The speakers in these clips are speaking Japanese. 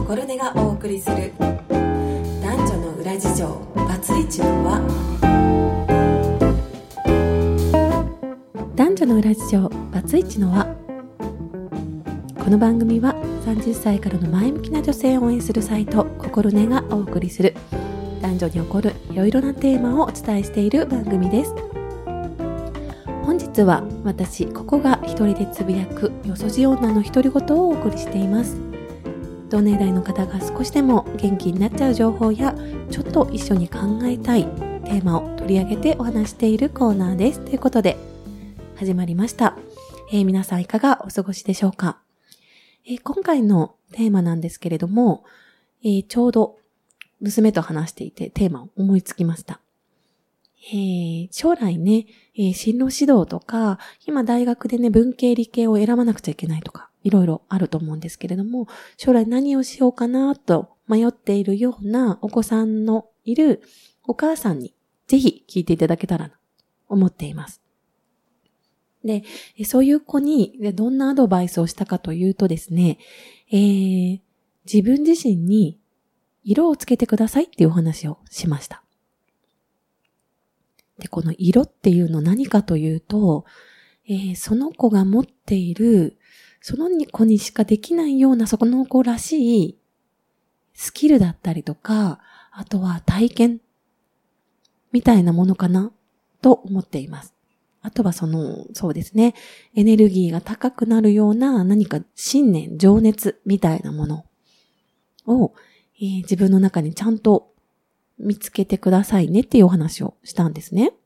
心根がお送りする男女の裏事情バツイチの輪。男女の裏事情バツイチの輪。この番組は30歳からの前向きな女性を応援するサイト心根がお送りする男女に起こるいろいろなテーマをお伝えしている番組です。本日は私ここが一人でつぶやくよそじ女の独り言をお送りしています。同年代の方が少しでも元気になっちゃう情報やちょっと一緒に考えたいテーマを取り上げてお話しているコーナーです。ということで始まりました。皆さんいかがお過ごしでしょうか。今回のテーマなんですけれども、ちょうど娘と話していてテーマを思いつきました。将来ね、進路指導とか、今大学でね、文系理系を選ばなくちゃいけないとか、いろいろあると思うんですけれども、将来何をしようかなと迷っているようなお子さんのいるお母さんにぜひ聞いていただけたらと思っています。で、そういう子にどんなアドバイスをしたかというとですね、自分自身に色をつけてくださいっていうお話をしました。で、この色っていうの何かというと、その子が持っている、その子にしかできないようなそこの子らしいスキルだったりとか、あとは体験みたいなものかなと思っています。あとはそうですね、エネルギーが高くなるような何か信念、情熱みたいなものを、自分の中にちゃんと見つけてくださいねっていうお話をしたんですね。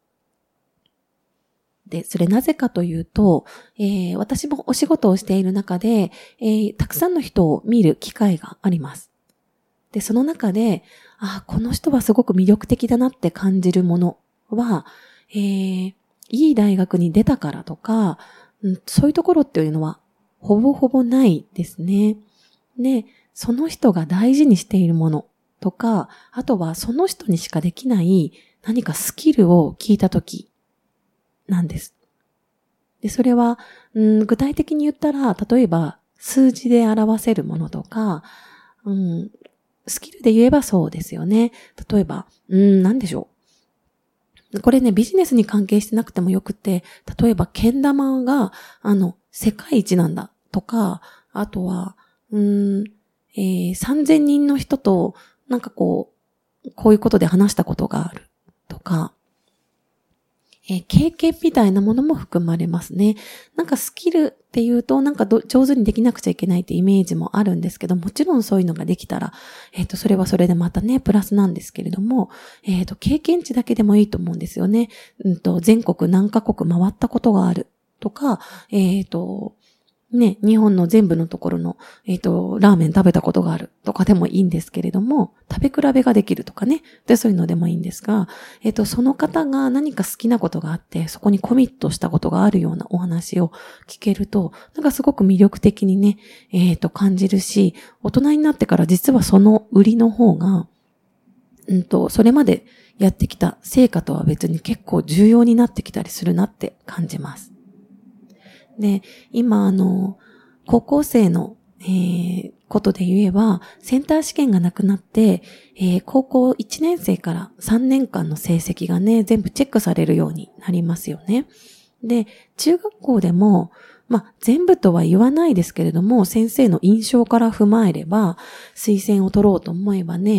で、それなぜかというと、私もお仕事をしている中で、たくさんの人を見る機会があります。で、その中で、この人はすごく魅力的だなって感じるものは、いい大学に出たからとか、そういうところっていうのはほぼほぼないですね。で、その人が大事にしているものとか、あとはその人にしかできない何かスキルを聞いたときなんです。で、それは、具体的に言ったら、例えば数字で表せるものとか、スキルで言えばそうですよね。例えば、何でしょう。これね、ビジネスに関係してなくてもよくて、例えば、けん玉が、世界一なんだとか、あとは、3000人の人と、なんかこういうことで話したことがあるとか、経験みたいなものも含まれますね。なんかスキルっていうと、なんか上手にできなくちゃいけないってイメージもあるんですけど、もちろんそういうのができたら、それはそれでまたね、プラスなんですけれども、経験値だけでもいいと思うんですよね。全国何カ国回ったことがあるとか、日本の全部のところの、ラーメン食べたことがあるとかでもいいんですけれども、食べ比べができるとかね。で、そういうのでもいいんですが、その方が何か好きなことがあって、そこにコミットしたことがあるようなお話を聞けると、なんかすごく魅力的にね、感じるし、大人になってから実はその売りの方が、それまでやってきた成果とは別に結構重要になってきたりするなって感じます。で、今高校生の、ことで言えば、センター試験がなくなって、高校1年生から3年間の成績がね、全部チェックされるようになりますよね。で、中学校でも、全部とは言わないですけれども、先生の印象から踏まえれば、推薦を取ろうと思えばね、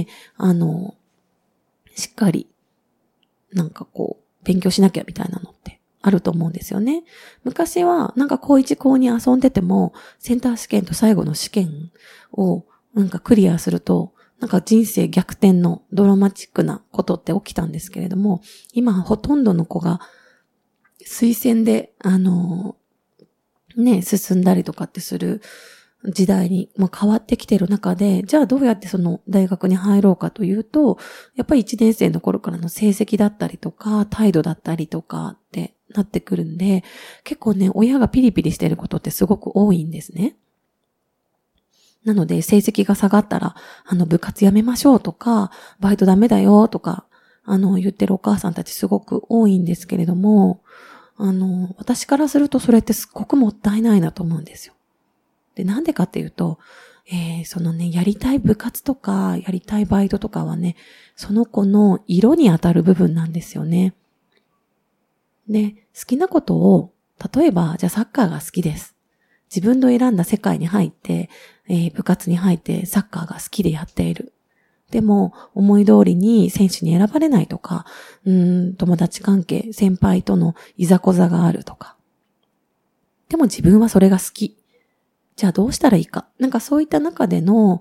しっかり、勉強しなきゃみたいなのってあると思うんですよね。昔は高1高2遊んでてもセンター試験と最後の試験をクリアすると人生逆転のドラマチックなことって起きたんですけれども、今ほとんどの子が推薦で進んだりとかってする時代に変わってきている中で、じゃあどうやってその大学に入ろうかというと、やっぱり1年生の頃からの成績だったりとか態度だったりとかってなってくるんで、結構ね、親がピリピリしてることってすごく多いんですね。なので成績が下がったら部活やめましょうとか、バイトダメだよとか言ってるお母さんたちすごく多いんですけれども、私からするとそれってすっごくもったいないなと思うんですよ。で、なんでかっていうと、 そのね、やりたい部活とか、やりたいバイトとかはね、その子の色に当たる部分なんですよね。で、好きなことを、例えば、じゃあサッカーが好きです。自分の選んだ世界に入って、部活に入ってサッカーが好きでやっている。でも、思い通りに選手に選ばれないとか、友達関係、先輩とのいざこざがあるとか。でも自分はそれが好き。じゃあどうしたらいいか。なんかそういった中での、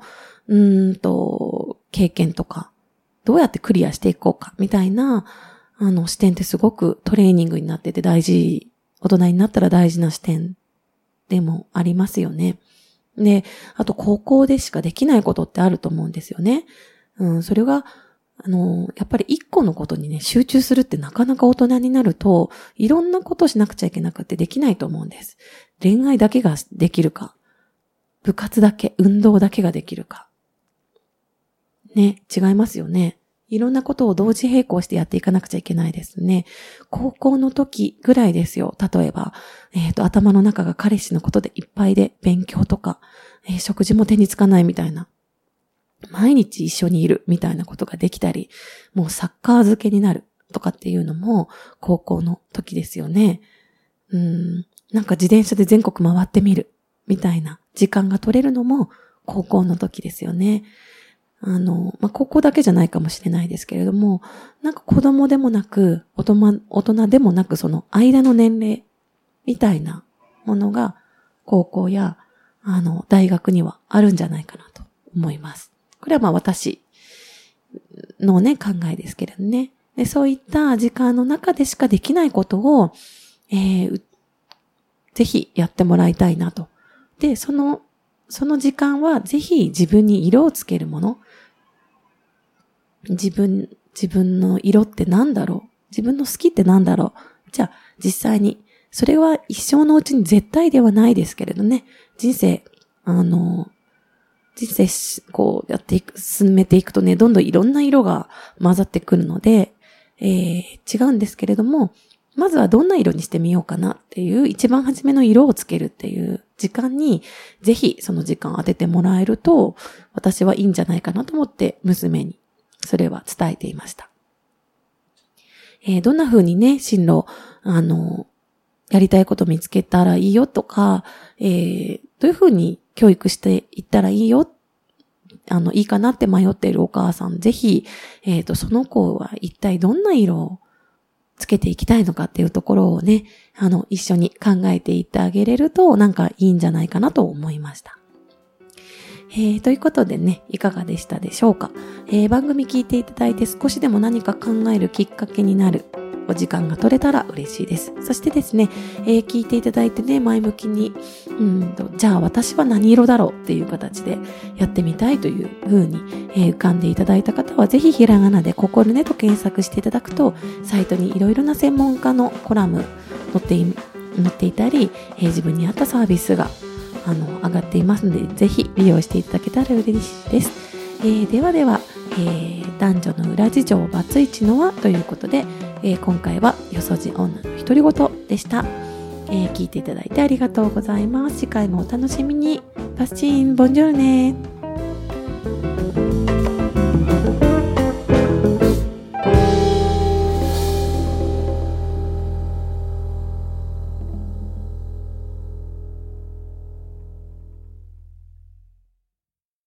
経験とか、どうやってクリアしていこうか、みたいな、視点ってすごくトレーニングになってて大事、大人になったら大事な視点でもありますよね。で、あと高校でしかできないことってあると思うんですよね。それが、やっぱり一個のことにね、集中するってなかなか大人になると、いろんなことしなくちゃいけなくてできないと思うんです。恋愛だけができるか、部活だけ、運動だけができるか。ね、違いますよね。いろんなことを同時並行してやっていかなくちゃいけないですね。高校の時ぐらいですよ。例えば、頭の中が彼氏のことでいっぱいで勉強とか、食事も手につかないみたいな。毎日一緒にいるみたいなことができたり、もうサッカー漬けになるとかっていうのも高校の時ですよね。なんか自転車で全国回ってみるみたいな時間が取れるのも高校の時ですよね。高校だけじゃないかもしれないですけれども、なんか子供でもなく、大人でもなく、その間の年齢みたいなものが高校や、大学にはあるんじゃないかなと思います。これは私のね、考えですけれどね。で、そういった時間の中でしかできないことを、ぜひやってもらいたいなと。で、その時間はぜひ自分に色をつけるもの。自分の色って何だろう？自分の好きって何だろう？じゃあ実際に、それは一生のうちに絶対ではないですけれどね。人生こうやって進めていくとね、どんどんいろんな色が混ざってくるので、違うんですけれども、まずはどんな色にしてみようかなっていう一番初めの色をつけるっていう時間にぜひその時間を当ててもらえると私はいいんじゃないかなと思って娘にそれは伝えていました。どんな風にね、進路、やりたいこと見つけたらいいよとか、どういう風に教育していったらいいよ、いいかなって迷っているお母さん、ぜひ、その子は一体どんな色をつけていきたいのかっていうところをね、一緒に考えていってあげれると、なんかいいんじゃないかなと思いました。ということでね、いかがでしたでしょうか。番組聞いていただいて少しでも何か考えるきっかけになるお時間が取れたら嬉しいです。そしてですね、聞いていただいてね、前向きに、じゃあ私は何色だろうっていう形でやってみたいという風に、浮かんでいただいた方はぜひひらがなでここるねと検索していただくと、サイトにいろいろな専門家のコラム載っていたり、自分に合ったサービスが上がっていますので、ぜひ利用していただけたら嬉しいです。ではでは、男女の裏事情バツイチの輪ということで、今回はよそじ女の独り言でした。聞いていただいてありがとうございます。次回もお楽しみに。パスチン、ボンジョルネ。